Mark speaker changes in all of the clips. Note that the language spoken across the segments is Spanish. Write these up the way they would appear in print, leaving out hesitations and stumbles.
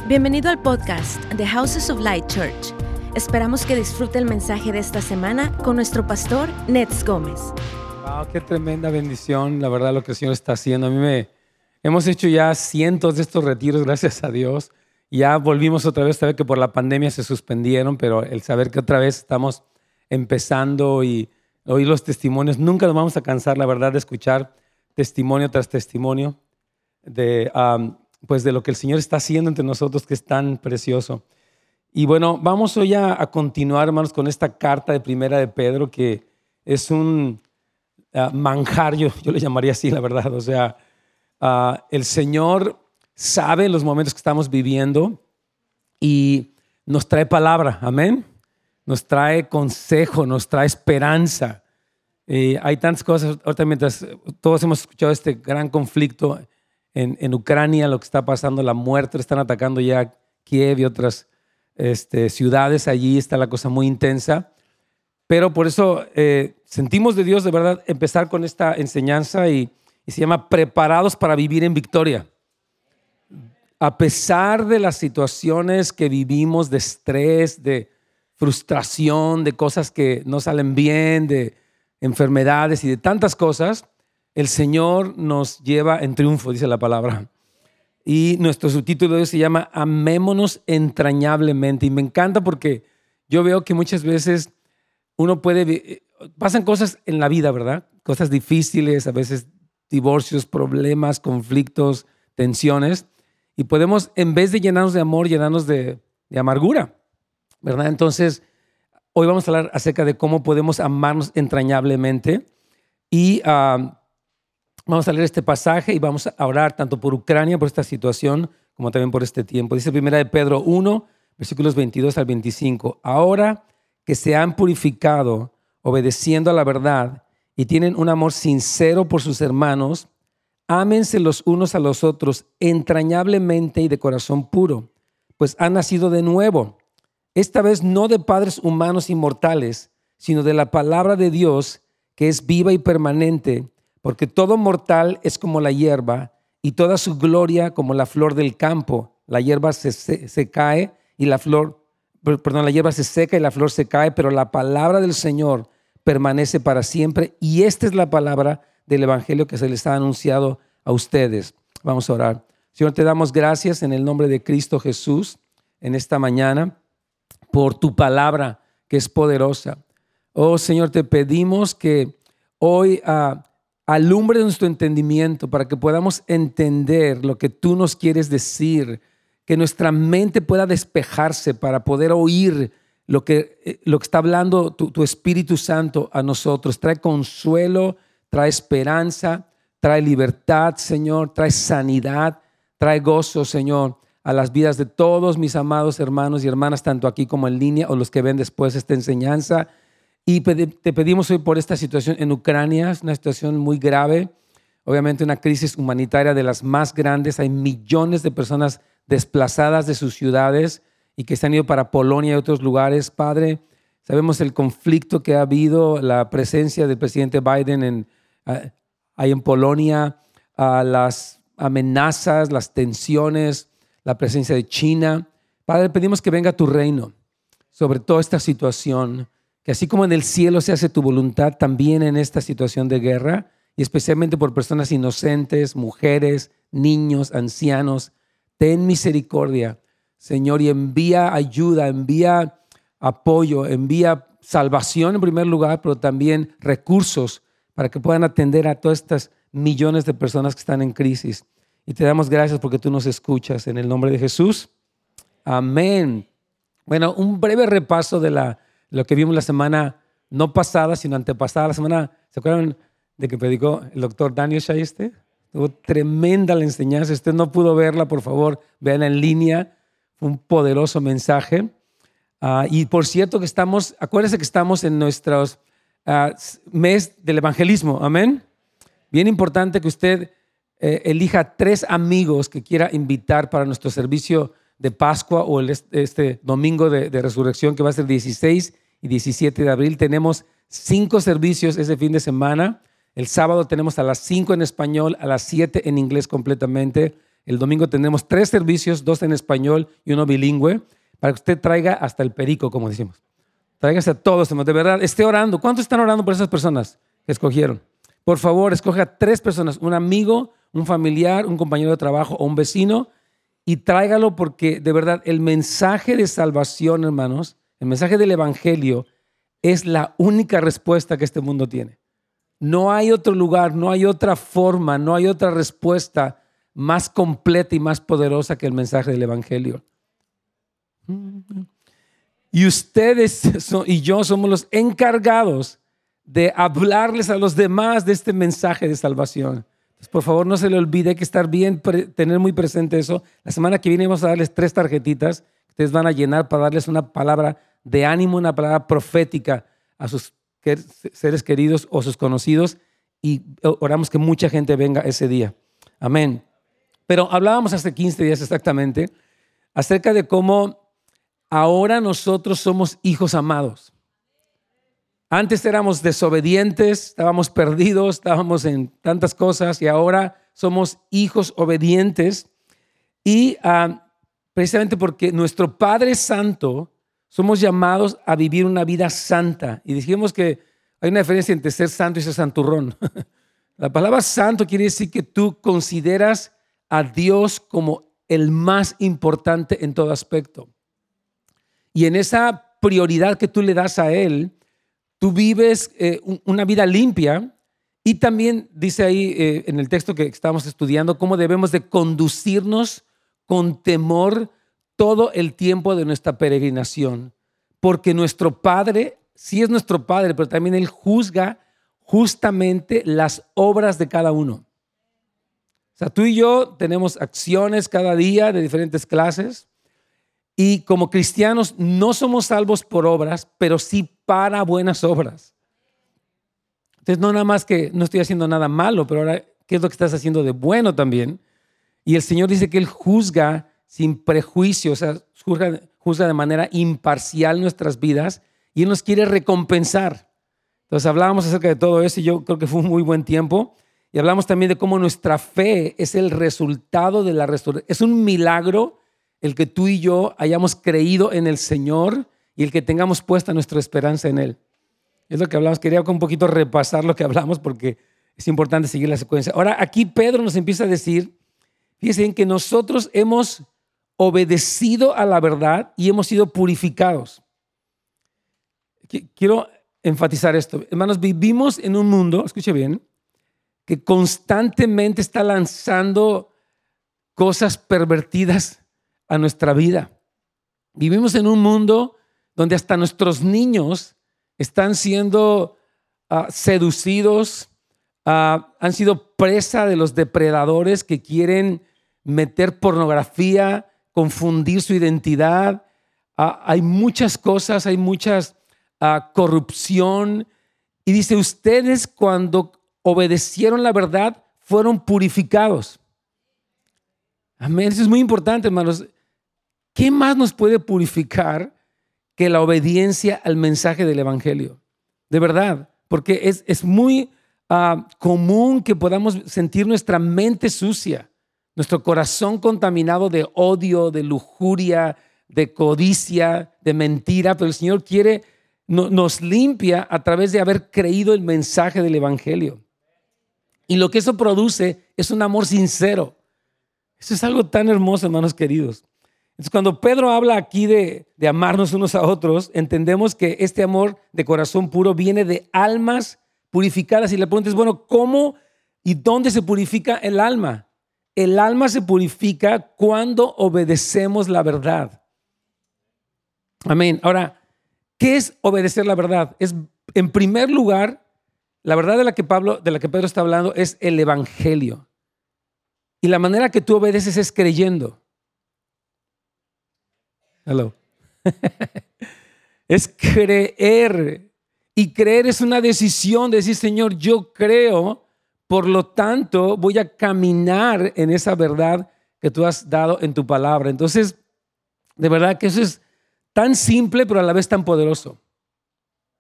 Speaker 1: Bienvenido al podcast de Houses of Light Church. Esperamos que disfrute el mensaje de esta semana con nuestro pastor, Nets Gómez.
Speaker 2: Wow, qué tremenda bendición, la verdad, lo que el Señor está haciendo. Hemos hecho ya cientos de estos retiros, gracias a Dios. Ya volvimos otra vez, saber que por la pandemia se suspendieron, pero el saber que otra vez estamos empezando y oír los testimonios, nunca nos vamos a cansar, la verdad, de escuchar testimonio tras testimonio pues de lo que el Señor está haciendo entre nosotros, que es tan precioso. Y bueno, vamos hoy a continuar, hermanos, con esta carta de Primera de Pedro, que es un manjar, yo le llamaría así, la verdad. O sea, el Señor sabe los momentos que estamos viviendo y nos trae palabra, amén. Nos trae consejo, nos trae esperanza. Hay tantas cosas, ahorita mientras todos hemos escuchado este gran conflicto en Ucrania, lo que está pasando, la muerte, están atacando ya Kiev y otras ciudades, allí está la cosa muy intensa. Pero por eso sentimos de Dios de verdad empezar con esta enseñanza y se llama Preparados para vivir en victoria. A pesar de las situaciones que vivimos de estrés, de frustración, de cosas que no salen bien, de enfermedades y de tantas cosas, el Señor nos lleva en triunfo, dice la palabra. Y nuestro subtítulo de hoy se llama Amémonos entrañablemente. Y me encanta porque yo veo que muchas veces pasan cosas en la vida, ¿verdad? Cosas difíciles, a veces divorcios, problemas, conflictos, tensiones. Y podemos, en vez de llenarnos de amor, llenarnos de amargura, ¿verdad? Entonces, hoy vamos a hablar acerca de cómo podemos amarnos entrañablemente. Y vamos a leer este pasaje y vamos a orar tanto por Ucrania, por esta situación, como también por este tiempo. Dice 1 Pedro 1, versículos 22 al 25. Ahora que se han purificado obedeciendo a la verdad y tienen un amor sincero por sus hermanos, ámense los unos a los otros entrañablemente y de corazón puro, pues han nacido de nuevo, esta vez no de padres humanos inmortales, sino de la palabra de Dios que es viva y permanente, porque todo mortal es como la hierba y toda su gloria como la flor del campo. La hierba se cae y la hierba se seca y la flor se cae, pero la palabra del Señor permanece para siempre. Y esta es la palabra del evangelio que se les ha anunciado a ustedes. Vamos a orar. Señor, te damos gracias en el nombre de Cristo Jesús en esta mañana por tu palabra que es poderosa. Oh Señor, te pedimos que hoy alumbre nuestro entendimiento para que podamos entender lo que tú nos quieres decir, que nuestra mente pueda despejarse para poder oír lo que está hablando tu Espíritu Santo a nosotros. Trae consuelo, trae esperanza, trae libertad, Señor, trae sanidad, trae gozo, Señor, a las vidas de todos mis amados hermanos y hermanas, tanto aquí como en línea o los que ven después esta enseñanza. Y te pedimos hoy por esta situación en Ucrania, es una situación muy grave, obviamente una crisis humanitaria de las más grandes. Hay millones de personas desplazadas de sus ciudades y que se han ido para Polonia y otros lugares. Padre, sabemos el conflicto que ha habido, la presencia del presidente Biden ahí en Polonia, las amenazas, las tensiones, la presencia de China. Padre, pedimos que venga tu reino sobre toda esta situación, que así como en el cielo se hace tu voluntad, también en esta situación de guerra, y especialmente por personas inocentes, mujeres, niños, ancianos. Ten misericordia, Señor, y envía ayuda, envía apoyo, envía salvación en primer lugar, pero también recursos para que puedan atender a todas estas millones de personas que están en crisis. Y te damos gracias porque tú nos escuchas. En el nombre de Jesús, amén. Bueno, un breve repaso de lo que vimos la semana no pasada, sino antepasada. La semana, ¿se acuerdan de que predicó el doctor Daniel Shaiste? Estuvo tremenda la enseñanza. Si usted no pudo verla, por favor, véanla en línea. Fue un poderoso mensaje. Y por cierto que acuérdense que estamos en nuestros mes del evangelismo. Amén. Bien importante que usted elija 3 amigos que quiera invitar para nuestro servicio de Pascua o este domingo de resurrección, que va a ser 16 y 17 de abril. Tenemos 5 servicios ese fin de semana. El sábado tenemos a las 5 en español, a las 7 en inglés completamente. El domingo tendremos 3 servicios, 2 en español y 1 bilingüe, para que usted traiga hasta el perico, como decimos. Tráigase a todos, de verdad, esté orando. ¿Cuántos están orando por esas personas que escogieron? Por favor, escoja a 3 personas, un amigo, un familiar, un compañero de trabajo o un vecino, y tráigalo porque de verdad el mensaje de salvación, hermanos, el mensaje del evangelio es la única respuesta que este mundo tiene. No hay otro lugar, no hay otra forma, no hay otra respuesta más completa y más poderosa que el mensaje del evangelio. Y ustedes y yo somos los encargados de hablarles a los demás de este mensaje de salvación. Entonces, por favor, no se le olvide, hay que estar bien, tener muy presente eso. La semana que viene vamos a darles 3 tarjetitas que ustedes van a llenar para darles una palabra de ánimo, una palabra profética a sus seres queridos o sus conocidos, y oramos que mucha gente venga ese día. Amén. Pero hablábamos hace 15 días exactamente acerca de cómo ahora nosotros somos hijos amados. Antes éramos desobedientes, estábamos perdidos, estábamos en tantas cosas, y ahora somos hijos obedientes. Y precisamente porque nuestro Padre Santo, somos llamados a vivir una vida santa. Y dijimos que hay una diferencia entre ser santo y ser santurrón. La palabra santo quiere decir que tú consideras a Dios como el más importante en todo aspecto. Y en esa prioridad que tú le das a Él, tú vives una vida limpia. Y también dice ahí en el texto que estamos estudiando cómo debemos de conducirnos con temor todo el tiempo de nuestra peregrinación. Porque nuestro Padre, sí es nuestro Padre, pero también Él juzga justamente las obras de cada uno. O sea, tú y yo tenemos acciones cada día de diferentes clases, y como cristianos no somos salvos por obras, pero sí para buenas obras. Entonces, no nada más que no estoy haciendo nada malo, pero ahora, ¿qué es lo que estás haciendo de bueno también? Y el Señor dice que Él juzga sin prejuicio, o sea, juzga de manera imparcial nuestras vidas, y Él nos quiere recompensar. Entonces hablábamos acerca de todo eso, y yo creo que fue un muy buen tiempo. Y hablamos también de cómo nuestra fe es el resultado de la resurrección. Es un milagro el que tú y yo hayamos creído en el Señor y el que tengamos puesta nuestra esperanza en Él. Es lo que hablamos. Quería un poquito repasar lo que hablamos porque es importante seguir la secuencia. Ahora aquí Pedro nos empieza a decir, fíjense bien, que nosotros hemos obedecido a la verdad y hemos sido purificados. Quiero enfatizar esto. Hermanos, vivimos en un mundo, escuche bien, que constantemente está lanzando cosas pervertidas a nuestra vida. Vivimos en un mundo donde hasta nuestros niños están siendo seducidos, han sido presa de los depredadores que quieren meter pornografía, confundir su identidad. Hay muchas cosas, hay muchas corrupción. Y dice, ustedes cuando obedecieron la verdad fueron purificados. Amén. Eso es muy importante, hermanos. ¿Qué más nos puede purificar que la obediencia al mensaje del evangelio? De verdad, porque es muy común que podamos sentir nuestra mente sucia, nuestro corazón contaminado de odio, de lujuria, de codicia, de mentira, pero el Señor nos limpia a través de haber creído el mensaje del evangelio. Y lo que eso produce es un amor sincero. Eso es algo tan hermoso, hermanos queridos. Entonces, cuando Pedro habla aquí de amarnos unos a otros, entendemos que este amor de corazón puro viene de almas purificadas. Y la pregunta es, bueno, ¿cómo y dónde se purifica el alma? El alma se purifica cuando obedecemos la verdad. Amén. Ahora, ¿qué es obedecer la verdad? Es, en primer lugar, la verdad de la que Pedro está hablando es el evangelio. Y la manera que tú obedeces es creyendo. Hello. Es creer. Y creer es una decisión de decir, Señor, yo creo, por lo tanto voy a caminar en esa verdad que tú has dado en tu palabra. Entonces, de verdad que eso es tan simple, pero a la vez tan poderoso.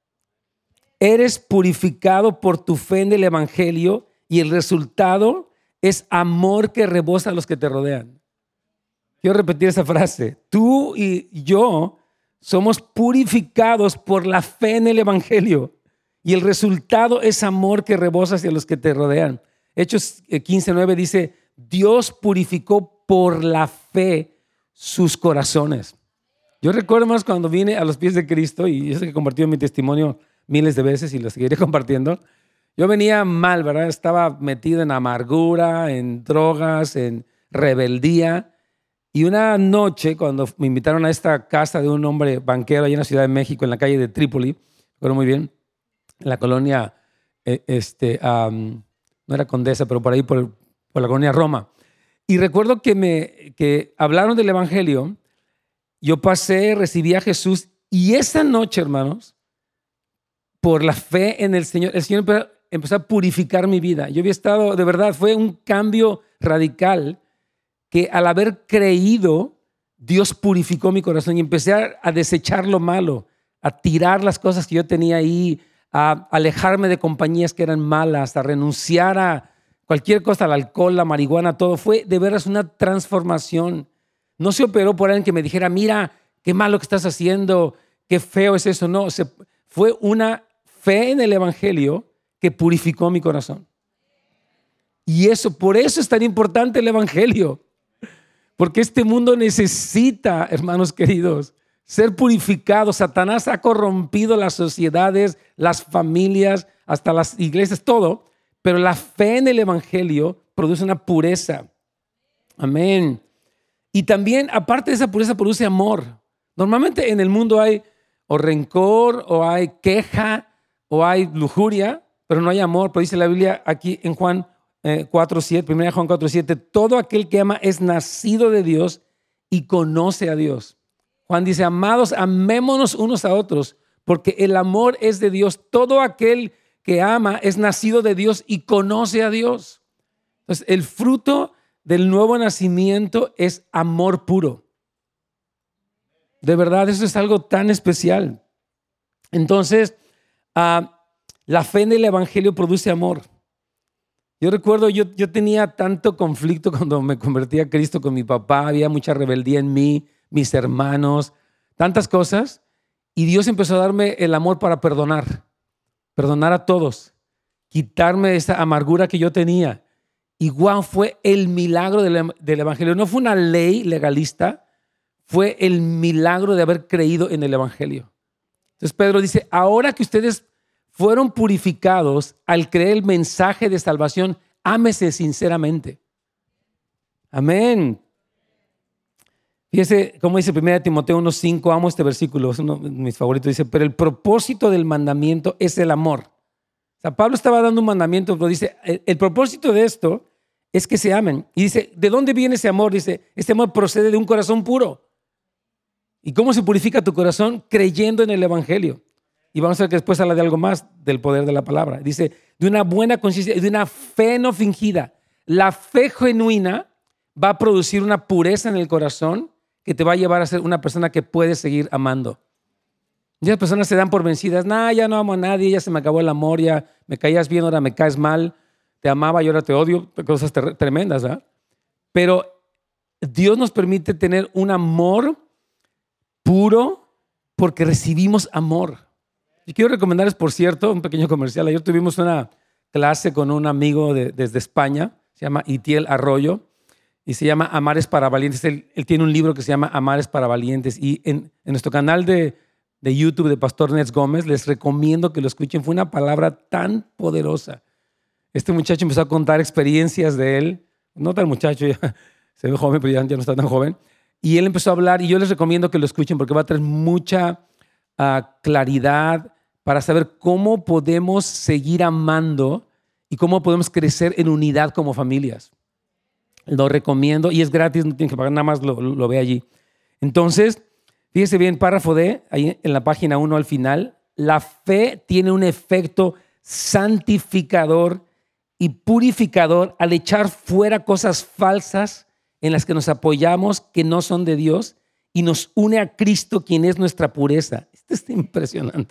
Speaker 2: Eres purificado por tu fe en el evangelio, y el resultado es amor que rebosa a los que te rodean. Quiero repetir esa frase. Tú y yo somos purificados por la fe en el Evangelio y el resultado es amor que rebosa hacia los que te rodean. Hechos 15:9 dice, Dios purificó por la fe sus corazones. Yo recuerdo más cuando vine a los pies de Cristo, y yo sé que he compartido mi testimonio miles de veces y lo seguiré compartiendo. Yo venía mal, ¿verdad? Estaba metido en amargura, en drogas, en rebeldía. Y una noche, cuando me invitaron a esta casa de un hombre banquero allá en la Ciudad de México, en la calle de Trípoli, recuerdo muy bien, en la colonia, no era Condesa, pero por ahí, por la colonia Roma. Y recuerdo que hablaron del Evangelio. Yo pasé, recibí a Jesús y esa noche, hermanos, por la fe en el Señor empezó a purificar mi vida. Yo había estado, de verdad, fue un cambio radical que al haber creído, Dios purificó mi corazón y empecé a desechar lo malo, a tirar las cosas que yo tenía ahí, a alejarme de compañías que eran malas, a renunciar a cualquier cosa, al alcohol, la marihuana, todo. Fue de veras una transformación. No se operó por alguien que me dijera, mira, qué malo que estás haciendo, qué feo es eso. No, fue una fe en el Evangelio que purificó mi corazón. Y por eso es tan importante el Evangelio. Porque este mundo necesita, hermanos queridos, ser purificado. Satanás ha corrompido las sociedades, las familias, hasta las iglesias, todo. Pero la fe en el Evangelio produce una pureza. Amén. Y también, aparte de esa pureza, produce amor. Normalmente en el mundo hay o rencor, o hay queja, o hay lujuria, pero no hay amor. Pero dice la Biblia aquí en Juan 4:7, 1 Juan 4:7, todo aquel que ama es nacido de Dios y conoce a Dios. Juan dice, amados, amémonos unos a otros, porque el amor es de Dios. Todo aquel que ama es nacido de Dios y conoce a Dios. Entonces, el fruto del nuevo nacimiento es amor puro. De verdad, eso es algo tan especial. Entonces, la fe en el Evangelio produce amor. Yo recuerdo, yo tenía tanto conflicto cuando me convertí a Cristo con mi papá, había mucha rebeldía en mí, mis hermanos, tantas cosas, y Dios empezó a darme el amor para perdonar a todos, quitarme esa amargura que yo tenía. Y wow, fue el milagro del Evangelio. No fue una ley legalista, fue el milagro de haber creído en el Evangelio. Entonces Pedro dice, ahora que ustedes fueron purificados al creer el mensaje de salvación, ámese sinceramente. Amén. Fíjese cómo dice 1 Timoteo 1:5, amo este versículo, es uno de mis favoritos. Dice, pero el propósito del mandamiento es el amor. O sea, Pablo estaba dando un mandamiento, pero dice, el propósito de esto es que se amen. Y dice, ¿de dónde viene ese amor? Dice, este amor procede de un corazón puro. ¿Y cómo se purifica tu corazón? Creyendo en el Evangelio. Y vamos a ver que después habla de algo más del poder de la palabra. Dice, de una buena conciencia, de una fe no fingida. La fe genuina va a producir una pureza en el corazón que te va a llevar a ser una persona que puede seguir amando. Y las personas se dan por vencidas. Ya no amo a nadie, ya se me acabó el amor, ya me caías bien, ahora me caes mal. Te amaba y ahora te odio. Cosas tremendas, ¿verdad? Pero Dios nos permite tener un amor puro porque recibimos amor. Y quiero recomendarles, por cierto, un pequeño comercial. Ayer tuvimos una clase con un amigo desde España, se llama Itiel Arroyo, y se llama Amares para Valientes. Él tiene un libro que se llama Amares para Valientes. Y en nuestro canal de YouTube de Pastor Nets Gómez, les recomiendo que lo escuchen. Fue una palabra tan poderosa. Este muchacho empezó a contar experiencias de él. No tan muchacho, ya se ve joven, pero ya no está tan joven. Y él empezó a hablar, y yo les recomiendo que lo escuchen porque va a traer mucha claridad para saber cómo podemos seguir amando y cómo podemos crecer en unidad como familias. Lo recomiendo y es gratis, no tienen que pagar, nada más lo ve allí. Entonces, fíjese bien, párrafo D, ahí en la página 1 al final, la fe tiene un efecto santificador y purificador al echar fuera cosas falsas en las que nos apoyamos que no son de Dios y nos une a Cristo, quien es nuestra pureza. Esto es impresionante.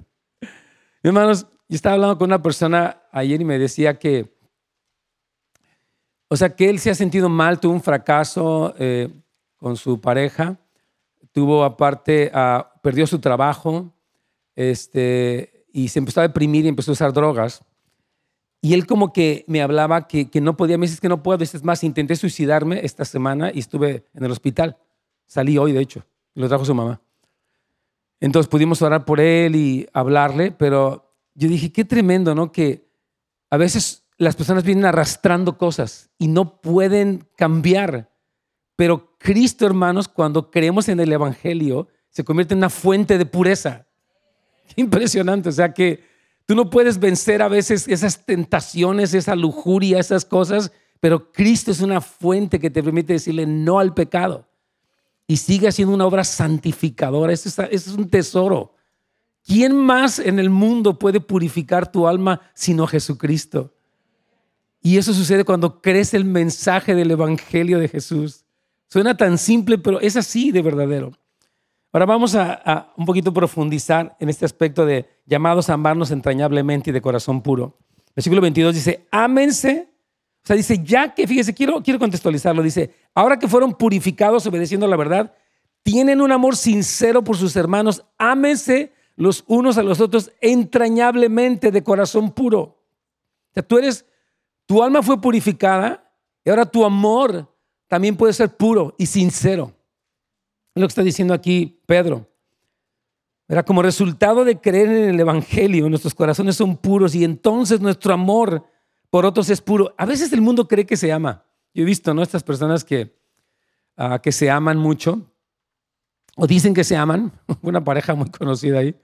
Speaker 2: Hermanos, yo estaba hablando con una persona ayer y me decía que O sea, que él se ha sentido mal, tuvo un fracaso con su pareja, tuvo aparte, perdió su trabajo, y se empezó a deprimir y empezó a usar drogas. Y él como que me hablaba que no podía, me dice, es que no puedo. Es más, intenté suicidarme esta semana y estuve en el hospital. Salí hoy, de hecho, y lo trajo su mamá. Entonces pudimos orar por él y hablarle, pero yo dije, qué tremendo, ¿no? Que a veces las personas vienen arrastrando cosas y no pueden cambiar. Pero Cristo, hermanos, cuando creemos en el Evangelio, se convierte en una fuente de pureza. Qué impresionante. O sea que tú no puedes vencer a veces esas tentaciones, esa lujuria, esas cosas, pero Cristo es una fuente que te permite decirle no al pecado. Y sigue haciendo una obra santificadora. Eso es un tesoro. ¿Quién más en el mundo puede purificar tu alma sino Jesucristo? Y eso sucede cuando crees el mensaje del Evangelio de Jesús. Suena tan simple, pero es así de verdadero. Ahora vamos a un poquito profundizar en este aspecto de llamados a amarnos entrañablemente y de corazón puro. Versículo 22 dice, ámense. O sea, dice, ya que, fíjese, quiero contextualizarlo. Dice, ahora que fueron purificados obedeciendo la verdad, tienen un amor sincero por sus hermanos, ámense los unos a los otros entrañablemente de corazón puro. O sea, tu alma fue purificada y ahora tu amor también puede ser puro y sincero. Es lo que está diciendo aquí Pedro. Era como resultado de creer en el Evangelio, nuestros corazones son puros y entonces nuestro amor por otros es puro. A veces el mundo cree que se ama. Yo he visto, ¿no?, estas personas que se aman mucho o dicen que se aman. Una pareja muy conocida ahí.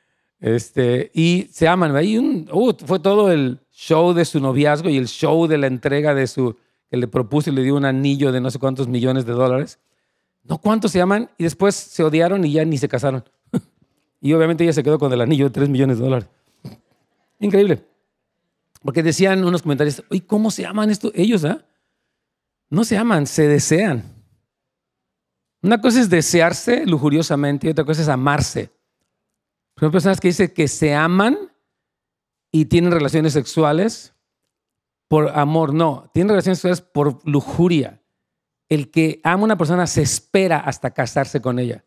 Speaker 2: Y se aman. Ahí fue todo el show de su noviazgo y el show de la entrega que le propuso y le dio un anillo de no sé cuántos millones de dólares. No cuántos se aman y después se odiaron y ya ni se casaron. Y obviamente ella se quedó con el anillo de 3 millones de dólares. Increíble. Porque decían unos comentarios, oye, ¿cómo se aman ellos? No se aman, se desean. Una cosa es desearse lujuriosamente y otra cosa es amarse. Hay personas que dicen que se aman y tienen relaciones sexuales por amor. No, tienen relaciones sexuales por lujuria. El que ama a una persona se espera hasta casarse con ella.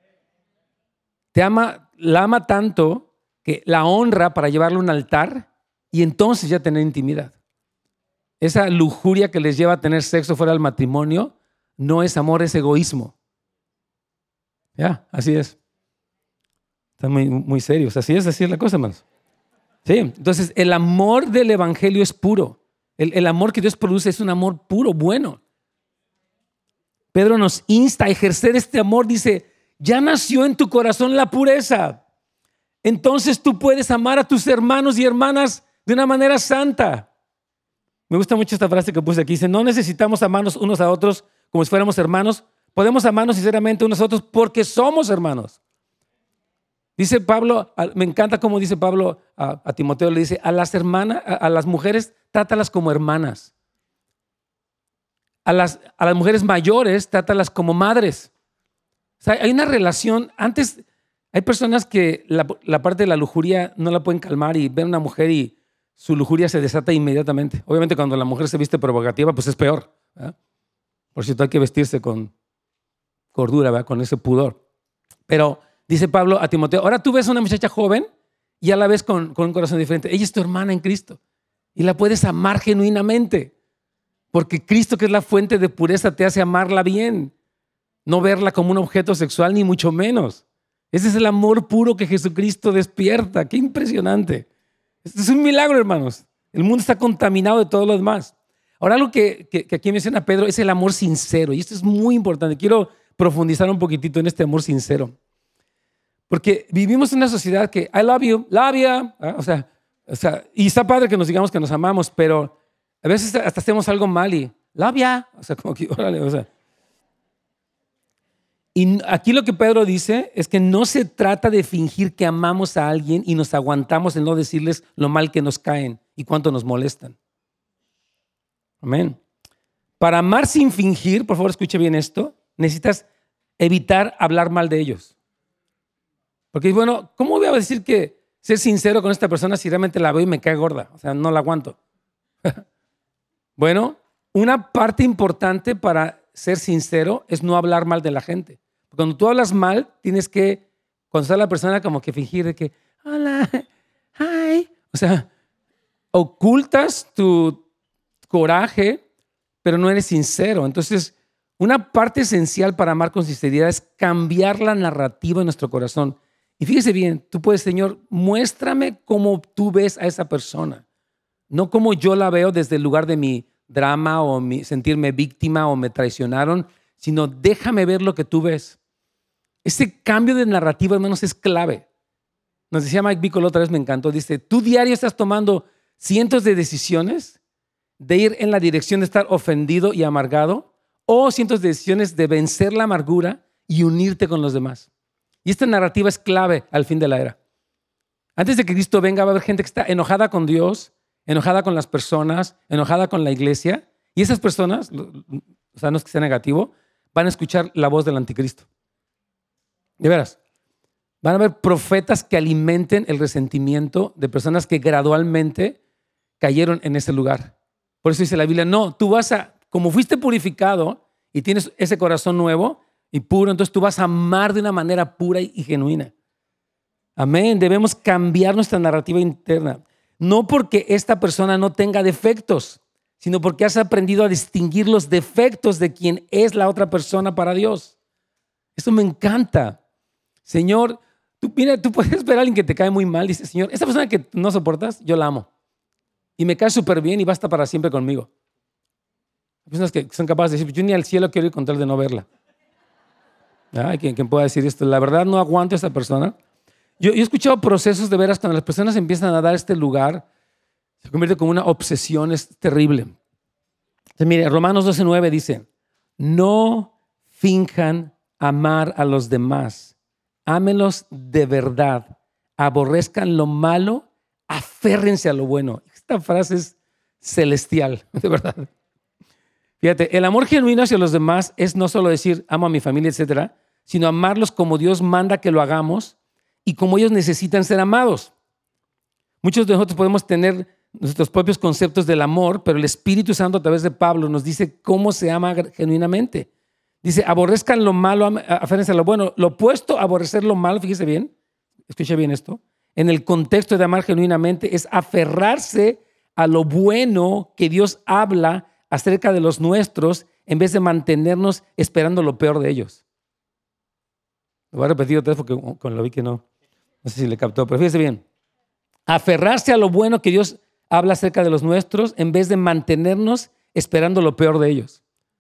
Speaker 2: La ama tanto que la honra para llevarla a un altar y entonces ya tener intimidad. Esa lujuria que les lleva a tener sexo fuera del matrimonio no es amor, es egoísmo. Ya, así es. Están muy, muy serios. Así es la cosa, hermanos. Sí, entonces el amor del Evangelio es puro. El amor que Dios produce es un amor puro, bueno. Pedro nos insta a ejercer este amor. Dice, ya nació en tu corazón la pureza. Entonces tú puedes amar a tus hermanos y hermanas de una manera santa. Me gusta mucho esta frase que puse aquí. Dice, no necesitamos amarnos unos a otros como si fuéramos hermanos. Podemos amarnos sinceramente unos a otros porque somos hermanos. Dice Pablo, me encanta cómo dice Pablo a Timoteo, le dice, a las mujeres, trátalas como hermanas. A las mujeres mayores, trátalas como madres. O sea, hay una relación. Antes, hay personas que la parte de la lujuria no la pueden calmar y ven a una mujer y su lujuria se desata inmediatamente. Obviamente, cuando la mujer se viste provocativa, pues es peor, ¿verdad? Por cierto, hay que vestirse con cordura, ¿verdad?, con ese pudor. Pero dice Pablo a Timoteo, ahora tú ves a una muchacha joven y ya la ves con un corazón diferente. Ella es tu hermana en Cristo y la puedes amar genuinamente. Porque Cristo, que es la fuente de pureza, te hace amarla bien. No verla como un objeto sexual, ni mucho menos. Ese es el amor puro que Jesucristo despierta. ¡Qué impresionante! Esto es un milagro, hermanos. El mundo está contaminado de todo lo demás. Ahora, algo que aquí menciona Pedro es el amor sincero. Y esto es muy importante. Quiero profundizar un poquitito en este amor sincero. Porque vivimos en una sociedad que I love you, love you. O sea, y está padre que nos digamos que nos amamos, pero a veces hasta hacemos algo mal y love ya. O sea, como que, órale, o sea. Y aquí lo que Pedro dice es que no se trata de fingir que amamos a alguien y nos aguantamos en no decirles lo mal que nos caen y cuánto nos molestan. Amén. Para amar sin fingir, por favor, escuche bien esto, necesitas evitar hablar mal de ellos. Porque, bueno, ¿cómo voy a decir que ser sincero con esta persona si realmente la veo y me cae gorda? O sea, no la aguanto. Bueno, una parte importante para ser sincero es no hablar mal de la gente. Cuando tú hablas mal, tienes que, cuando está la persona, como que fingir de que, hola, hi. O sea, ocultas tu coraje, pero no eres sincero. Entonces, una parte esencial para amar con sinceridad es cambiar la narrativa en nuestro corazón. Y fíjese bien, tú puedes, Señor, muéstrame cómo tú ves a esa persona, no como yo la veo desde el lugar de mi drama o sentirme víctima o me traicionaron, sino déjame ver lo que tú ves. Ese cambio de narrativa, hermanos, es clave. Nos decía Mike Bickle otra vez, me encantó, dice, tú diario estás tomando cientos de decisiones de ir en la dirección de estar ofendido y amargado, o cientos de decisiones de vencer la amargura y unirte con los demás. Y esta narrativa es clave al fin de la era. Antes de que Cristo venga, va a haber gente que está enojada con Dios, enojada con las personas, enojada con la iglesia, y esas personas, o sea, no es que sea negativo, van a escuchar la voz del anticristo. De veras. Van a haber profetas que alimenten el resentimiento de personas que gradualmente cayeron en ese lugar. Por eso dice la Biblia, no, tú vas a, como fuiste purificado y tienes ese corazón nuevo y puro, entonces tú vas a amar de una manera pura y genuina. Amén. Debemos cambiar nuestra narrativa interna. No porque esta persona no tenga defectos, sino porque has aprendido a distinguir los defectos de quien es la otra persona para Dios. Esto me encanta. Señor, mira, tú puedes ver a alguien que te cae muy mal. Dice, Señor, esta persona que no soportas, yo la amo. Y me cae súper bien y basta para siempre conmigo. Hay personas que son capaces de decir, yo ni al cielo quiero ir con tal de no verla. Hay quien pueda decir esto. La verdad no aguanto a esta persona. Yo he escuchado procesos de veras cuando las personas empiezan a dar este lugar, se convierte como una obsesión, es terrible. Entonces, mire, Romanos 12:9 dice, no finjan amar a los demás, ámenlos de verdad, aborrezcan lo malo, aférrense a lo bueno. Esta frase es celestial, de verdad. Fíjate, el amor genuino hacia los demás es no solo decir amo a mi familia, etcétera, sino amarlos como Dios manda que lo hagamos y como ellos necesitan ser amados. Muchos de nosotros podemos tener nuestros propios conceptos del amor, pero el Espíritu Santo a través de Pablo nos dice cómo se ama genuinamente. Dice, aborrezcan lo malo, aférrense a lo bueno. Lo opuesto a aborrecer lo malo, fíjese bien, escuche bien esto, en el contexto de amar genuinamente es aferrarse a lo bueno que Dios habla acerca de los nuestros en vez de mantenernos esperando lo peor de ellos. Lo voy a repetir otra vez porque con lo vi que no sé si le captó, pero fíjese bien. Aferrarse a lo bueno que Dios habla acerca de los nuestros en vez de mantenernos esperando lo peor de ellos.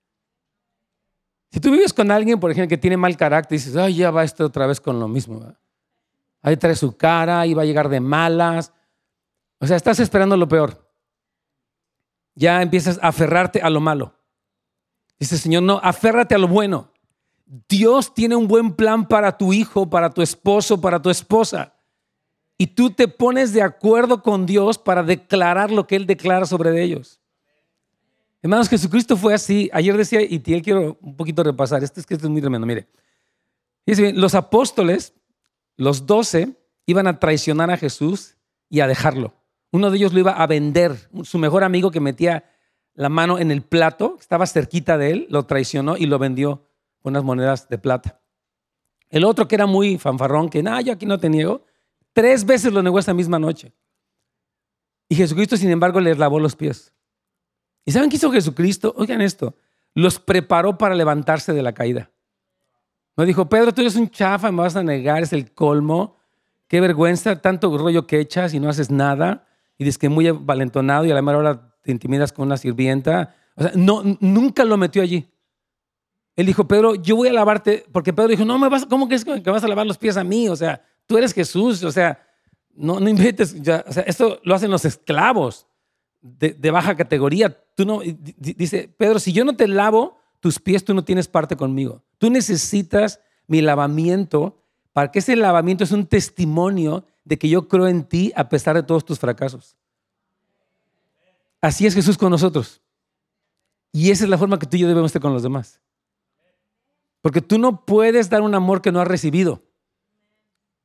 Speaker 2: Si tú vives con alguien, por ejemplo, que tiene mal carácter y dices, ay, ya va esto otra vez con lo mismo, ¿verdad? Ahí trae su cara, ahí va a llegar de malas. O sea, estás esperando lo peor. Ya empiezas a aferrarte a lo malo. Dice, Señor, no, aférrate a lo bueno. Dios tiene un buen plan para tu hijo, para tu esposo, para tu esposa. Y tú te pones de acuerdo con Dios para declarar lo que Él declara sobre ellos. Hermanos, Jesucristo fue así. Ayer decía, y quiero un poquito repasar. Esto es muy tremendo. Mire, los apóstoles, los 12, iban a traicionar a Jesús y a dejarlo. Uno de ellos lo iba a vender. Su mejor amigo que metía la mano en el plato, estaba cerquita de él, lo traicionó y lo vendió con unas monedas de plata. El otro, que era muy fanfarrón, que yo aquí no te niego, 3 veces lo negó esa misma noche. Y Jesucristo, sin embargo, les lavó los pies. ¿Y saben qué hizo Jesucristo? Oigan esto, los preparó para levantarse de la caída. No dijo, Pedro, tú eres un chafa, me vas a negar, es el colmo. Qué vergüenza, tanto rollo que echas y no haces nada. Y dices que muy valentonado y a la mera hora te intimidas con una sirvienta. O sea, nunca lo metió allí. Él dijo, Pedro, yo voy a lavarte, porque Pedro dijo, ¿cómo crees que vas a lavar los pies a mí? O sea, tú eres Jesús, o sea, no inventes, o sea, esto lo hacen los esclavos de baja categoría. Tú no, dice, Pedro, si yo no te lavo tus pies, tú no tienes parte conmigo. Tú necesitas mi lavamiento para que ese lavamiento es un testimonio de que yo creo en ti a pesar de todos tus fracasos. Así es Jesús con nosotros. Y esa es la forma que tú y yo debemos estar con los demás. Porque tú no puedes dar un amor que no has recibido.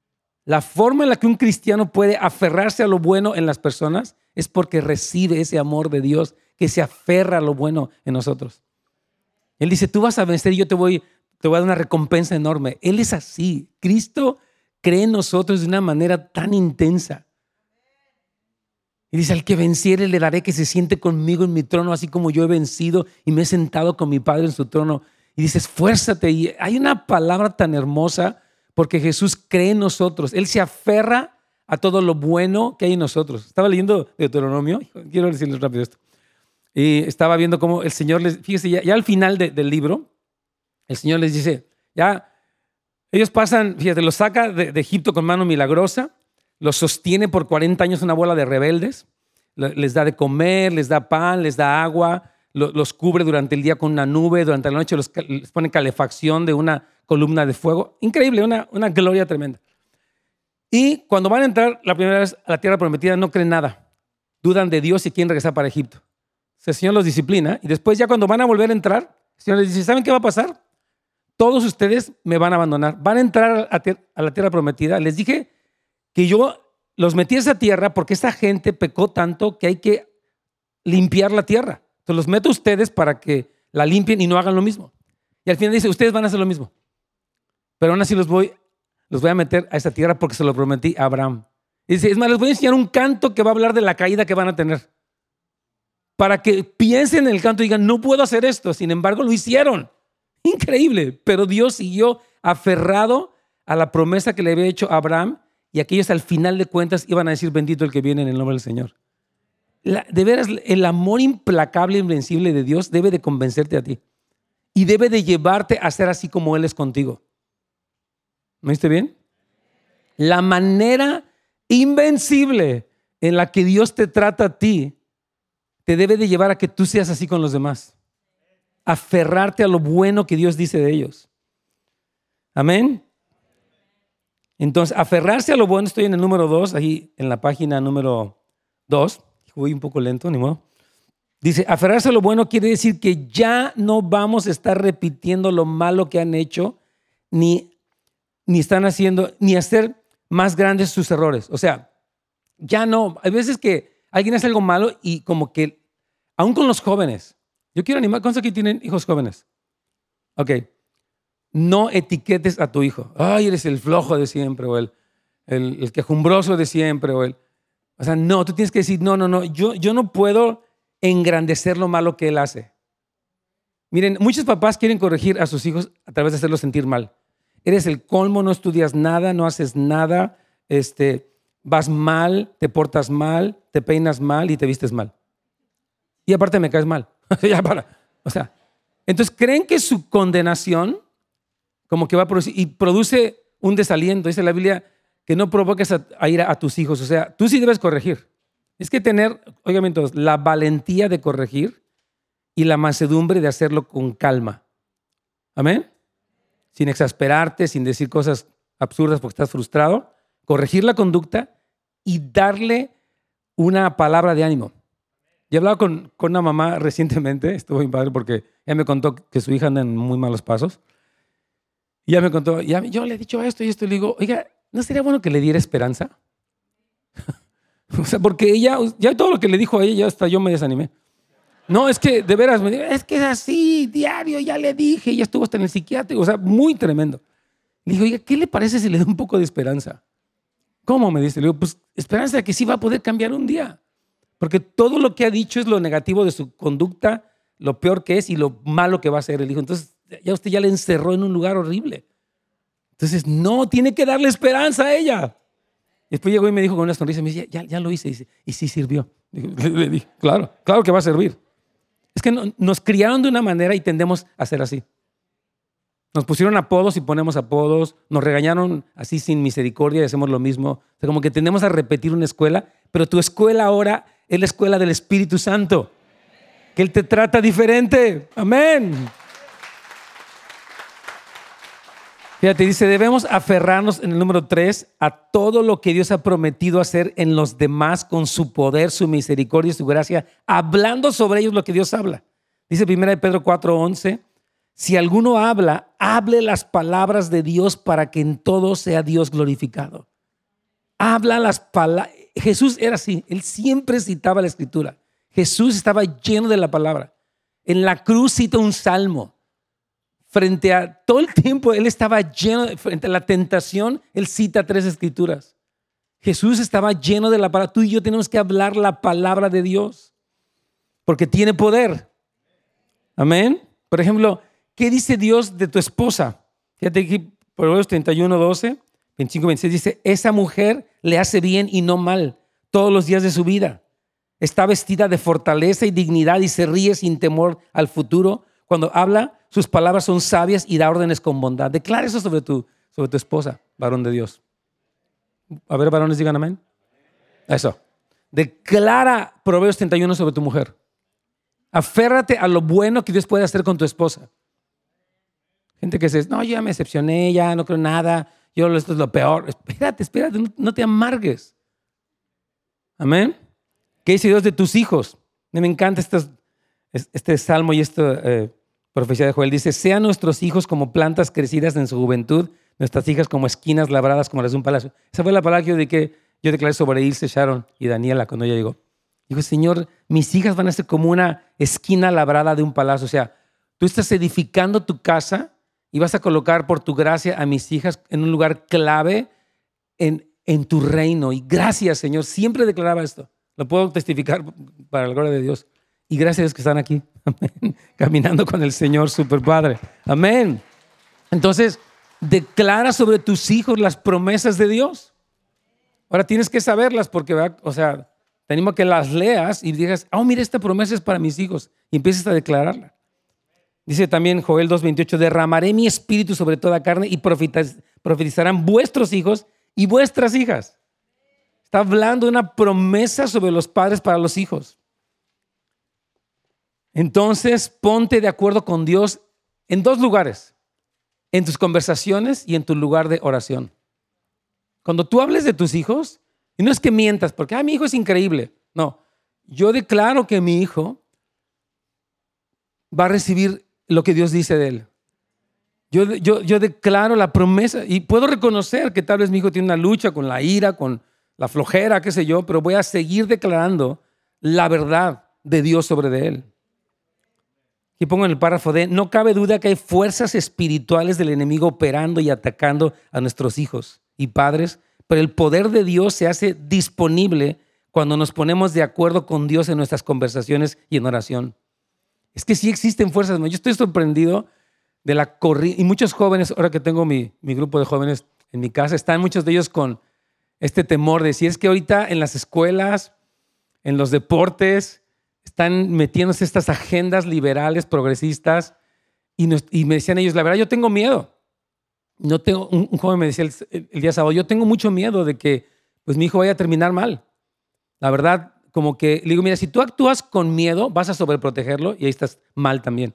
Speaker 2: La forma en la que un cristiano puede aferrarse a lo bueno en las personas es porque recibe ese amor de Dios que se aferra a lo bueno en nosotros. Él dice, tú vas a vencer y yo te voy a dar una recompensa enorme. Él es así. Cristo cree en nosotros de una manera tan intensa. Y dice, al que venciere le daré que se siente conmigo en mi trono, así como yo he vencido y me he sentado con mi Padre en su trono. Y dice, esfuérzate. Y hay una palabra tan hermosa porque Jesús cree en nosotros. Él se aferra a todo lo bueno que hay en nosotros. Estaba leyendo Deuteronomio. Quiero decirles rápido esto. Y estaba viendo cómo el Señor les, fíjese, ya al final del libro, el Señor les dice, ya, ellos pasan, fíjate, los saca de Egipto con mano milagrosa, los sostiene por 40 años una bola de rebeldes, les da de comer, les da pan, les da agua, los cubre durante el día con una nube, durante la noche les pone calefacción de una columna de fuego. Increíble, una gloria tremenda. Y cuando van a entrar la primera vez a la tierra prometida no creen nada, dudan de Dios y quieren regresar para Egipto. El Señor los disciplina y después ya cuando van a volver a entrar, el Señor les dice, ¿saben qué va a pasar? Todos ustedes me van a abandonar, van a entrar a la tierra prometida. Les dije que yo los metí a esa tierra porque esa gente pecó tanto que hay que limpiar la tierra. Entonces los meto a ustedes para que la limpien y no hagan lo mismo. Y al final dice, ustedes van a hacer lo mismo. Pero aún así los voy a meter a esa tierra porque se lo prometí a Abraham. Y dice, es más, les voy a enseñar un canto que va a hablar de la caída que van a tener. Para que piensen en el canto y digan, no puedo hacer esto. Sin embargo, lo hicieron. Increíble. Pero Dios siguió aferrado a la promesa que le había hecho a Abraham y aquellos al final de cuentas iban a decir, bendito el que viene en el nombre del Señor. De veras, el amor implacable e invencible de Dios debe de convencerte a ti y debe de llevarte a ser así como Él es contigo. ¿Me oíste bien? La manera invencible en la que Dios te trata a ti te debe de llevar a que tú seas así con los demás. Aferrarte a lo bueno que Dios dice de ellos. Amén. Entonces, aferrarse a lo bueno, estoy en el número 2, ahí en la página número 2. Voy un poco lento, ni modo. Dice, aferrarse a lo bueno quiere decir que ya no vamos a estar repitiendo lo malo que han hecho, ni están haciendo, ni hacer más grandes sus errores. O sea, ya no. Hay veces que alguien hace algo malo y como que, aún con los jóvenes, yo quiero animar, ¿cuántos aquí tienen hijos jóvenes? Ok, no etiquetes a tu hijo. Ay, eres el flojo de siempre, o el quejumbroso de siempre, o sea, no, tú tienes que decir, no, yo no puedo engrandecer lo malo que él hace. Miren, muchos papás quieren corregir a sus hijos a través de hacerlos sentir mal. Eres el colmo, no estudias nada, no haces nada, vas mal, te portas mal, te peinas mal y te vistes mal. Y aparte me caes mal. Ya para. O sea, entonces creen que su condenación como que va a producir y produce un desaliento. Dice la Biblia que no provoques a ira a tus hijos. O sea, tú sí debes corregir. Es que tener, óigame todos, la valentía de corregir y la mansedumbre de hacerlo con calma. Amén. Sin exasperarte, sin decir cosas absurdas porque estás frustrado. Corregir la conducta y darle una palabra de ánimo. Yo he hablado con una mamá recientemente, estuvo bien padre porque ella me contó que su hija anda en muy malos pasos. Y ella me contó, yo le he dicho esto y esto, y le digo, oiga, ¿no sería bueno que le diera esperanza? O sea, porque ella, ya todo lo que le dijo a ella, ya hasta yo me desanimé. No, es que de veras, es que es así, diario, ya le dije, ya estuvo hasta en el psiquiátrico, o sea, muy tremendo. Le digo, oiga, ¿qué le parece si le da un poco de esperanza? ¿Cómo? Me dice. Le digo, pues esperanza de que sí va a poder cambiar un día. Porque todo lo que ha dicho es lo negativo de su conducta, lo peor que es y lo malo que va a hacer. Él dijo, entonces ya usted ya le encerró en un lugar horrible. Entonces, no, tiene que darle esperanza a ella. Y después llegó y me dijo con una sonrisa, me dice, ya lo hice. Dice, y sí sirvió. Le dije, claro que va a servir. Es que nos criaron de una manera y tendemos a ser así. Nos pusieron apodos y ponemos apodos, nos regañaron así sin misericordia y hacemos lo mismo. O sea, como que tendemos a repetir una escuela, pero tu escuela ahora es la escuela del Espíritu Santo, que Él te trata diferente. Amén. Fíjate, dice, debemos aferrarnos en el número 3 a todo lo que Dios ha prometido hacer en los demás con su poder, su misericordia y su gracia, hablando sobre ellos lo que Dios habla. Dice 1 Pedro 4:11, si alguno habla, hable las palabras de Dios para que en todo sea Dios glorificado. habla las palabras. Jesús era así, él siempre citaba la escritura. Jesús estaba lleno de la palabra. En la cruz cita un salmo. Frente a todo el tiempo, él estaba lleno, frente a la tentación, él cita 3 escrituras. Jesús estaba lleno de la palabra. Tú y yo tenemos que hablar la palabra de Dios, porque tiene poder. Amén. Por ejemplo, ¿qué dice Dios de tu esposa? Fíjate aquí, Proverbios 31, 12, 25, 26, dice, esa mujer le hace bien y no mal todos los días de su vida. Está vestida de fortaleza y dignidad y se ríe sin temor al futuro. Cuando habla, sus palabras son sabias y da órdenes con bondad. Declara eso sobre tu esposa, varón de Dios. A ver, varones, digan amén. Eso. Declara Proverbios 31 sobre tu mujer. Aférrate a lo bueno que Dios puede hacer con tu esposa. Gente que dice, no, yo ya me decepcioné, ya no creo nada, esto es lo peor. Espérate, no te amargues. Amén. ¿Qué dice Dios de tus hijos? Me encanta este salmo y esta profecía de Joel. Dice, sean nuestros hijos como plantas crecidas en su juventud, nuestras hijas como esquinas labradas como las de un palacio. Esa fue la palabra que yo declaré sobre Ilse, Sharon y Daniela cuando ella llegó. Dijo, Señor, mis hijas van a ser como una esquina labrada de un palacio. O sea, tú estás edificando tu casa y vas a colocar por tu gracia a mis hijas en un lugar clave en tu reino. Y gracias, Señor. Siempre declaraba esto. Lo puedo testificar para la gloria de Dios. Y gracias a Dios que están aquí. Amén. Caminando con el Señor, super Padre. Amén. Entonces, declara sobre tus hijos las promesas de Dios. Ahora tienes que saberlas porque, o sea, te animo a que las leas y digas, mira, esta promesa es para mis hijos. Y empieces a declararla. Dice también Joel 2:28, derramaré mi espíritu sobre toda carne y profetizarán vuestros hijos y vuestras hijas. Está hablando de una promesa sobre los padres para los hijos. Entonces, ponte de acuerdo con Dios en 2 lugares, en tus conversaciones y en tu lugar de oración. Cuando tú hables de tus hijos, y no es que mientas, porque mi hijo es increíble. No, yo declaro que mi hijo va a recibir lo que Dios dice de él. Yo declaro la promesa y puedo reconocer que tal vez mi hijo tiene una lucha con la ira, con la flojera, qué sé yo, pero voy a seguir declarando la verdad de Dios sobre de él. Y pongo en el párrafo D, no cabe duda que hay fuerzas espirituales del enemigo operando y atacando a nuestros hijos y padres, pero el poder de Dios se hace disponible cuando nos ponemos de acuerdo con Dios en nuestras conversaciones y en oración. Es que sí existen fuerzas. Yo estoy sorprendido de la corriente. Y muchos jóvenes, ahora que tengo mi grupo de jóvenes en mi casa, están muchos de ellos con este temor de si es que ahorita en las escuelas, en los deportes, están metiéndose estas agendas liberales, progresistas, y me decían ellos, la verdad, yo tengo miedo. Un joven me decía el día sábado, yo tengo mucho miedo de que pues, mi hijo vaya a terminar mal. La verdad, como que le digo, mira, si tú actúas con miedo, vas a sobreprotegerlo y ahí estás mal también.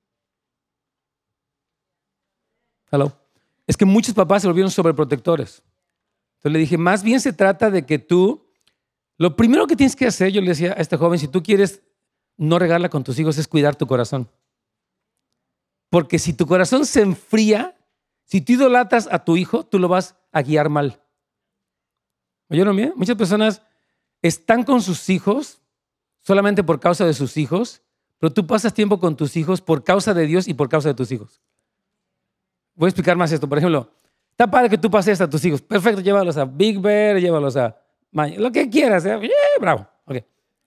Speaker 2: Hello. Es que muchos papás se volvieron sobreprotectores. Entonces le dije, más bien se trata de que tú, lo primero que tienes que hacer, yo le decía a este joven, si tú quieres no regarla con tus hijos, es cuidar tu corazón. Porque si tu corazón se enfría, si tú idolatras a tu hijo, tú lo vas a guiar mal. ¿Oyeron bien? Muchas personas están con sus hijos solamente por causa de sus hijos, pero tú pasas tiempo con tus hijos por causa de Dios y por causa de tus hijos. Voy a explicar más esto. Por ejemplo, está padre que tú pases a tus hijos. Perfecto, llévalos a Big Bear, llévalos a lo que quieras. Bravo. Okay.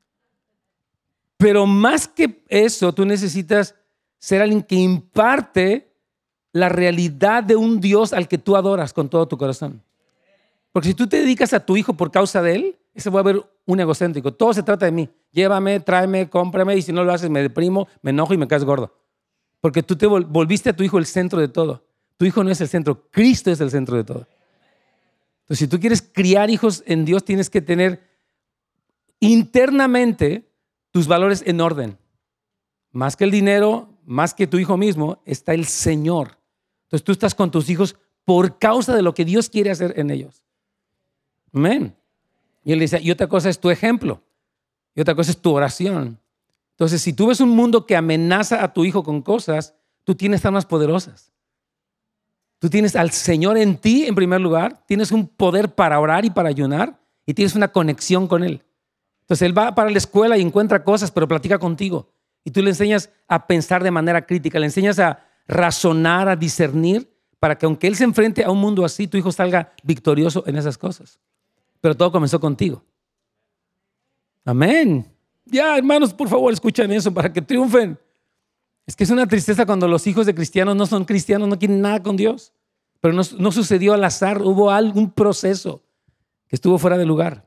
Speaker 2: Pero más que eso, tú necesitas ser alguien que imparte la realidad de un Dios al que tú adoras con todo tu corazón. Porque si tú te dedicas a tu hijo por causa de él, ese va a ver un egocéntrico. Todo se trata de mí. Llévame, tráeme, cómprame, y si no lo haces me deprimo, me enojo y me caes gordo. Porque tú te volviste a tu hijo el centro de todo. Tu hijo no es el centro, Cristo es el centro de todo. Entonces, si tú quieres criar hijos en Dios, tienes que tener internamente tus valores en orden. Más que el dinero, más que tu hijo mismo, está el Señor. Entonces, tú estás con tus hijos por causa de lo que Dios quiere hacer en ellos. Amén. Y él dice, y otra cosa es tu ejemplo. Y otra cosa es tu oración. Entonces, si tú ves un mundo que amenaza a tu hijo con cosas, tú tienes armas poderosas. Tú tienes al Señor en ti en primer lugar, tienes un poder para orar y para ayunar y tienes una conexión con Él. Entonces Él va para la escuela y encuentra cosas, pero platica contigo. Y tú le enseñas a pensar de manera crítica, le enseñas a razonar, a discernir, para que aunque Él se enfrente a un mundo así, tu hijo salga victorioso en esas cosas. Pero todo comenzó contigo. Amén. Ya, hermanos, por favor, escuchen eso para que triunfen. Es que es una tristeza cuando los hijos de cristianos no son cristianos, no quieren nada con Dios. Pero no sucedió al azar, hubo algún proceso que estuvo fuera de lugar.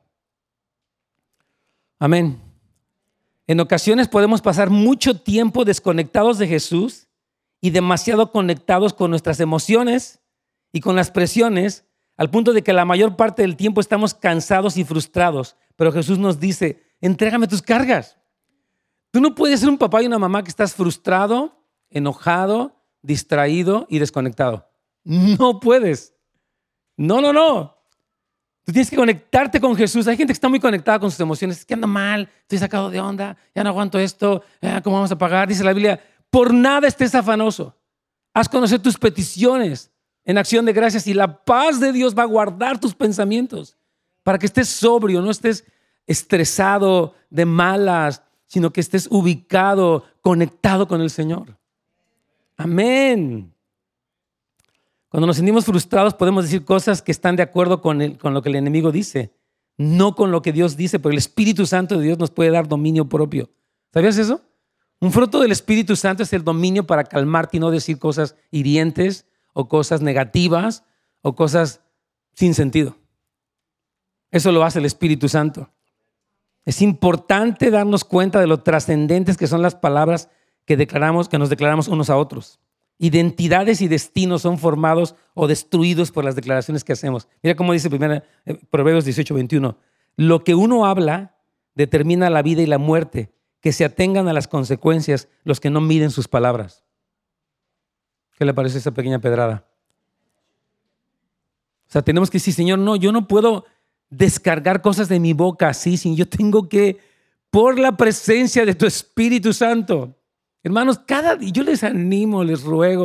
Speaker 2: Amén. En ocasiones podemos pasar mucho tiempo desconectados de Jesús y demasiado conectados con nuestras emociones y con las presiones, al punto de que la mayor parte del tiempo estamos cansados y frustrados. Pero Jesús nos dice, entrégame tus cargas. Tú no puedes ser un papá y una mamá que estás frustrado, enojado, distraído y desconectado. No puedes. No. Tú tienes que conectarte con Jesús. Hay gente que está muy conectada con sus emociones. Es que ando mal, estoy sacado de onda, ya no aguanto esto, ¿cómo vamos a pagar? Dice la Biblia, por nada estés afanoso. Haz conocer tus peticiones en acción de gracias y la paz de Dios va a guardar tus pensamientos para que estés sobrio, no estés estresado de malas, sino que estés ubicado, conectado con el Señor. Amén. Cuando nos sentimos frustrados podemos decir cosas que están de acuerdo con lo que el enemigo dice, no con lo que Dios dice, pero el Espíritu Santo de Dios nos puede dar dominio propio. ¿Sabías eso? Un fruto del Espíritu Santo es el dominio para calmarte y no decir cosas hirientes o cosas negativas o cosas sin sentido. Eso lo hace el Espíritu Santo. Es importante darnos cuenta de lo trascendentes que son las palabras que nos declaramos unos a otros. Identidades y destinos son formados o destruidos por las declaraciones que hacemos. Mira cómo dice Proverbios 18:21. Lo que uno habla determina la vida y la muerte. Que se atengan a las consecuencias los que no miden sus palabras. ¿Qué le parece esa pequeña pedrada? O sea, tenemos que decir, Señor, no, yo no puedo descargar cosas de mi boca así, sino yo tengo que, por la presencia de tu Espíritu Santo. Hermanos, cada día yo les animo, les ruego,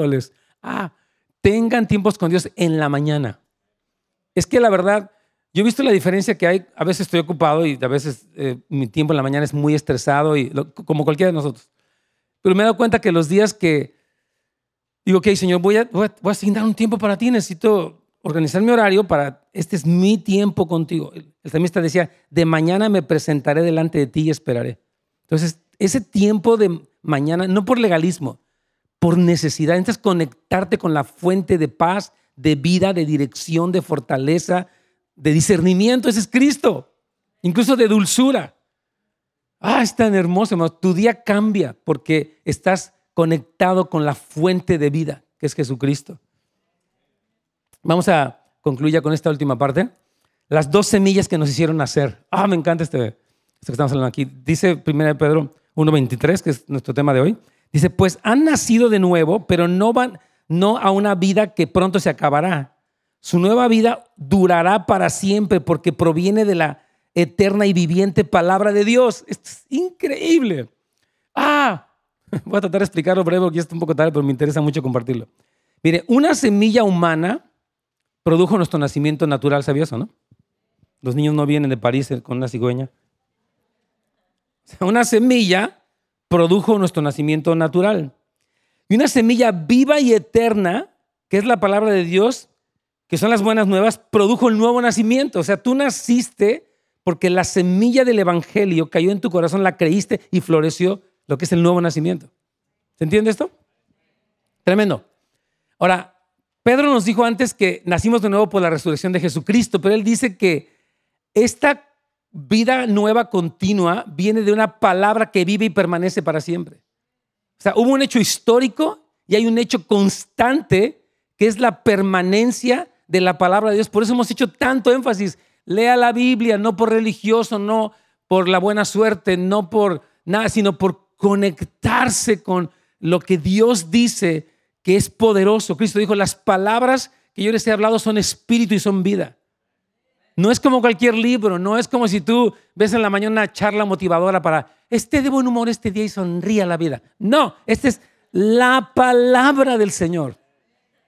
Speaker 2: tengan tiempos con Dios en la mañana. Es que la verdad, yo he visto la diferencia que hay. A veces estoy ocupado y a veces mi tiempo en la mañana es muy estresado, como cualquiera de nosotros. Pero me he dado cuenta que los días que digo, ok, Señor, voy a asignar un tiempo para ti, necesito organizar mi horario este es mi tiempo contigo. El salmista decía, de mañana me presentaré delante de ti y esperaré. Entonces, ese tiempo de mañana, no por legalismo, por necesidad, necesitas conectarte con la fuente de paz, de vida, de dirección, de fortaleza, de discernimiento. Ese es Cristo, incluso de dulzura. Es tan hermoso, hermano. Tu día cambia porque estás conectado con la fuente de vida, que es Jesucristo. Vamos a concluir ya con esta última parte. Las 2 semillas que nos hicieron nacer. Me encanta esto que estamos hablando aquí. Dice 1 Pedro 1:23, que es nuestro tema de hoy. Dice, pues han nacido de nuevo, pero no a una vida que pronto se acabará. Su nueva vida durará para siempre porque proviene de la eterna y viviente palabra de Dios. Esto es increíble. Voy a tratar de explicarlo breve porque ya está un poco tarde, pero me interesa mucho compartirlo. Mire, una semilla humana produjo nuestro nacimiento natural, ¿sabías o no? Los niños no vienen de París con una cigüeña. O sea, una semilla produjo nuestro nacimiento natural. Y una semilla viva y eterna, que es la palabra de Dios, que son las buenas nuevas, produjo el nuevo nacimiento. O sea, tú naciste porque la semilla del evangelio cayó en tu corazón, la creíste y floreció lo que es el nuevo nacimiento. ¿Se entiende esto? Tremendo. Ahora, Pedro nos dijo antes que nacimos de nuevo por la resurrección de Jesucristo, pero él dice que esta vida nueva continua viene de una palabra que vive y permanece para siempre. O sea, hubo un hecho histórico y hay un hecho constante que es la permanencia de la palabra de Dios. Por eso hemos hecho tanto énfasis. Lea la Biblia, no por religioso, no por la buena suerte, no por nada, sino por conectarse con lo que Dios dice que es poderoso. Cristo dijo, las palabras que yo les he hablado son espíritu y son vida. No es como cualquier libro, no es como si tú ves en la mañana una charla motivadora para esté de buen humor este día y sonríe a la vida. No, esta es la palabra del Señor.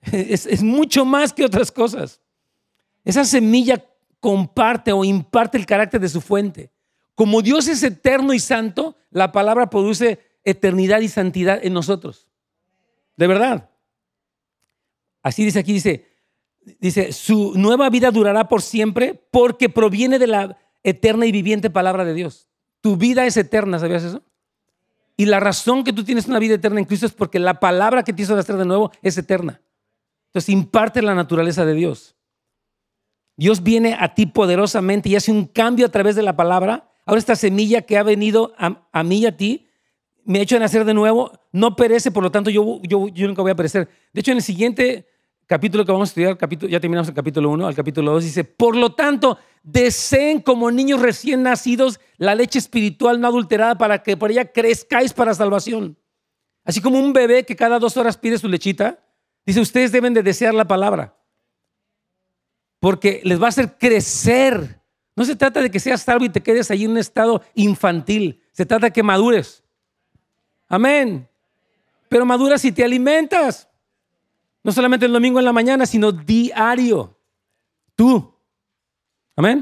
Speaker 2: Es mucho más que otras cosas. Esa semilla comparte o imparte el carácter de su fuente. Como Dios es eterno y santo, la palabra produce eternidad y santidad en nosotros. De verdad. Así dice aquí, dice, su nueva vida durará por siempre porque proviene de la eterna y viviente palabra de Dios. Tu vida es eterna, ¿sabías eso? Y la razón que tú tienes una vida eterna en Cristo es porque la palabra que te hizo nacer de nuevo es eterna. Entonces imparte la naturaleza de Dios. Dios viene a ti poderosamente y hace un cambio a través de la palabra. Ahora esta semilla que ha venido a mí y a ti me ha hecho nacer de nuevo, no perece, por lo tanto yo nunca voy a perecer. De hecho, en el siguiente capítulo que vamos a estudiar, ya terminamos el capítulo 1, al capítulo 2, dice, por lo tanto, deseen como niños recién nacidos la leche espiritual no adulterada para que por ella crezcáis para salvación. Así como un bebé que cada 2 horas pide su lechita, dice, ustedes deben de desear la palabra porque les va a hacer crecer. No se trata de que seas salvo y te quedes allí en un estado infantil. Se trata de que madures. Amén. Pero maduras si te alimentas. No solamente el domingo en la mañana, sino diario. Tú. Amén.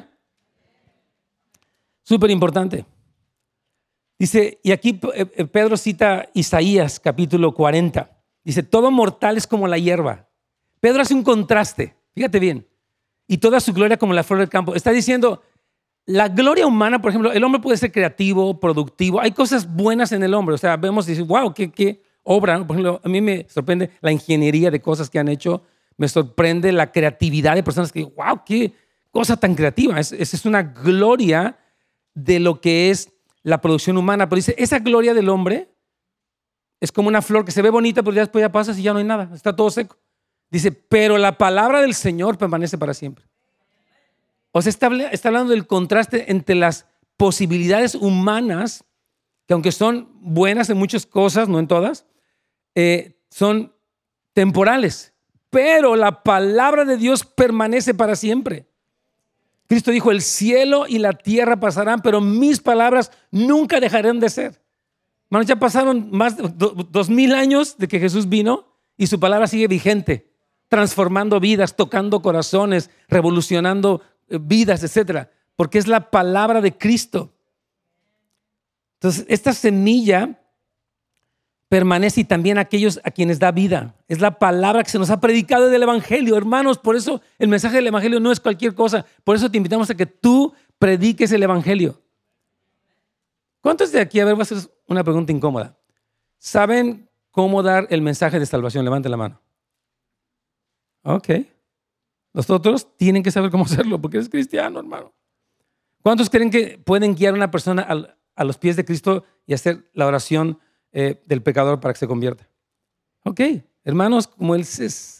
Speaker 2: Súper importante. Dice, y aquí Pedro cita Isaías capítulo 40. Dice, todo mortal es como la hierba. Pedro hace un contraste. Fíjate bien. Y toda su gloria como la flor del campo. Está diciendo, la gloria humana, por ejemplo, el hombre puede ser creativo, productivo. Hay cosas buenas en el hombre. O sea, vemos y decimos, wow, qué obra. Por ejemplo, a mí me sorprende la ingeniería de cosas que han hecho. Me sorprende la creatividad de personas que, wow, qué cosa tan creativa. Es una gloria de lo que es la producción humana. Pero dice, esa gloria del hombre es como una flor que se ve bonita, pero ya después ya pasas y ya no hay nada. Está todo seco. Dice, pero la palabra del Señor permanece para siempre. O sea, está hablando del contraste entre las posibilidades humanas, que aunque son buenas en muchas cosas, no en todas, son temporales. Pero la palabra de Dios permanece para siempre. Cristo dijo, el cielo y la tierra pasarán, pero mis palabras nunca dejarán de ser. Hermanos, ya pasaron más de 2000 años de que Jesús vino y su palabra sigue vigente, transformando vidas, tocando corazones, revolucionando vidas, etcétera, porque es la palabra de Cristo. Entonces, esta semilla permanece y también aquellos a quienes da vida. Es la palabra que se nos ha predicado del Evangelio, hermanos. Por eso el mensaje del Evangelio no es cualquier cosa. Por eso te invitamos a que tú prediques el Evangelio. ¿Cuántos de aquí, a ver, voy a hacer una pregunta incómoda, saben cómo dar el mensaje de salvación? Levante la mano. Ok. Los otros tienen que saber cómo hacerlo porque eres cristiano, hermano. ¿Cuántos creen que pueden guiar a una persona a los pies de Cristo y hacer la oración del pecador para que se convierta? Ok, hermanos, como el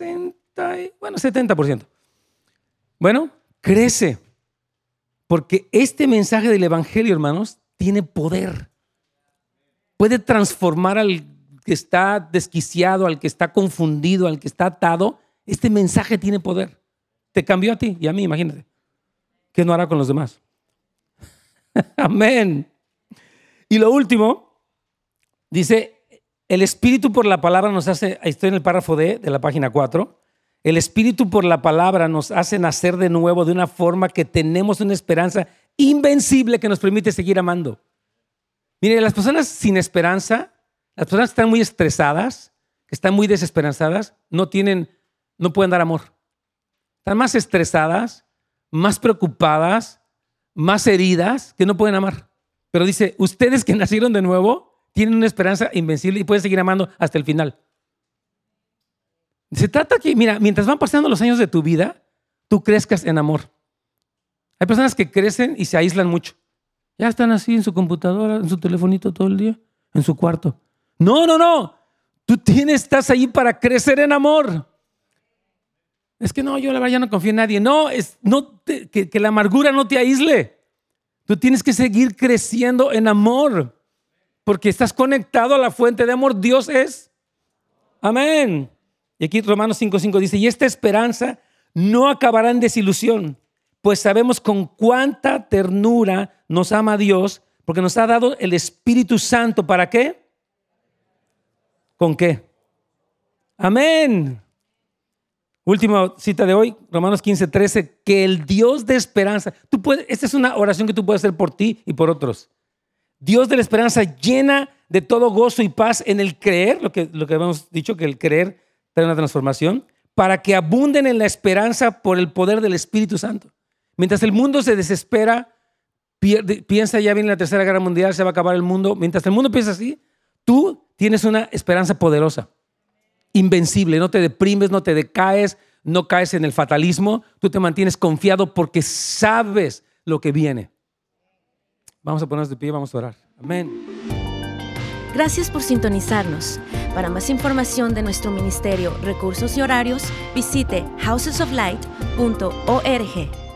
Speaker 2: 70%. Bueno, crece. Porque este mensaje del Evangelio, hermanos, tiene poder. Puede transformar al que está desquiciado, al que está confundido, al que está atado. Este mensaje tiene poder. Te cambió a ti y a mí, imagínate. ¿Qué no hará con los demás? Amén. Y lo último, dice, el Espíritu por la palabra nos hace, estoy en el párrafo D de la página 4, el Espíritu por la palabra nos hace nacer de nuevo de una forma que tenemos una esperanza invencible que nos permite seguir amando. Mire, las personas sin esperanza, las personas que están muy estresadas, que están muy desesperanzadas, no pueden dar amor. Están más estresadas, más preocupadas, más heridas, que no pueden amar. Pero dice, ustedes que nacieron de nuevo tienen una esperanza invencible y pueden seguir amando hasta el final. Se trata que, mira, mientras van pasando los años de tu vida, tú crezcas en amor. Hay personas que crecen y se aíslan mucho. Ya están así en su computadora, en su telefonito todo el día, en su cuarto. No. Tú estás ahí para crecer en amor. Es que no, yo la verdad ya no confío en nadie. Que la amargura no te aísle. Tú tienes que seguir creciendo en amor, porque estás conectado a la fuente de amor. Dios es. Amén. Y aquí Romanos 5:5 dice, y esta esperanza no acabará en desilusión, pues sabemos con cuánta ternura nos ama Dios, porque nos ha dado el Espíritu Santo. ¿Para qué? ¿Con qué? Amén. Última cita de hoy, Romanos 15:13, que el Dios de esperanza, esta es una oración que tú puedes hacer por ti y por otros. Dios de la esperanza llena de todo gozo y paz en el creer, lo que habíamos dicho, que el creer trae una transformación, para que abunden en la esperanza por el poder del Espíritu Santo. Mientras el mundo se desespera, piensa ya viene la Tercera Guerra Mundial, se va a acabar el mundo. Mientras el mundo piensa así, tú tienes una esperanza poderosa, invencible. No te deprimes, no te decaes, no caes en el fatalismo. Tú te mantienes confiado porque sabes lo que viene. Vamos a ponernos de pie, vamos a orar. Amén.
Speaker 1: Gracias por sintonizarnos. Para más información de nuestro ministerio, recursos y horarios, visite housesoflight.org.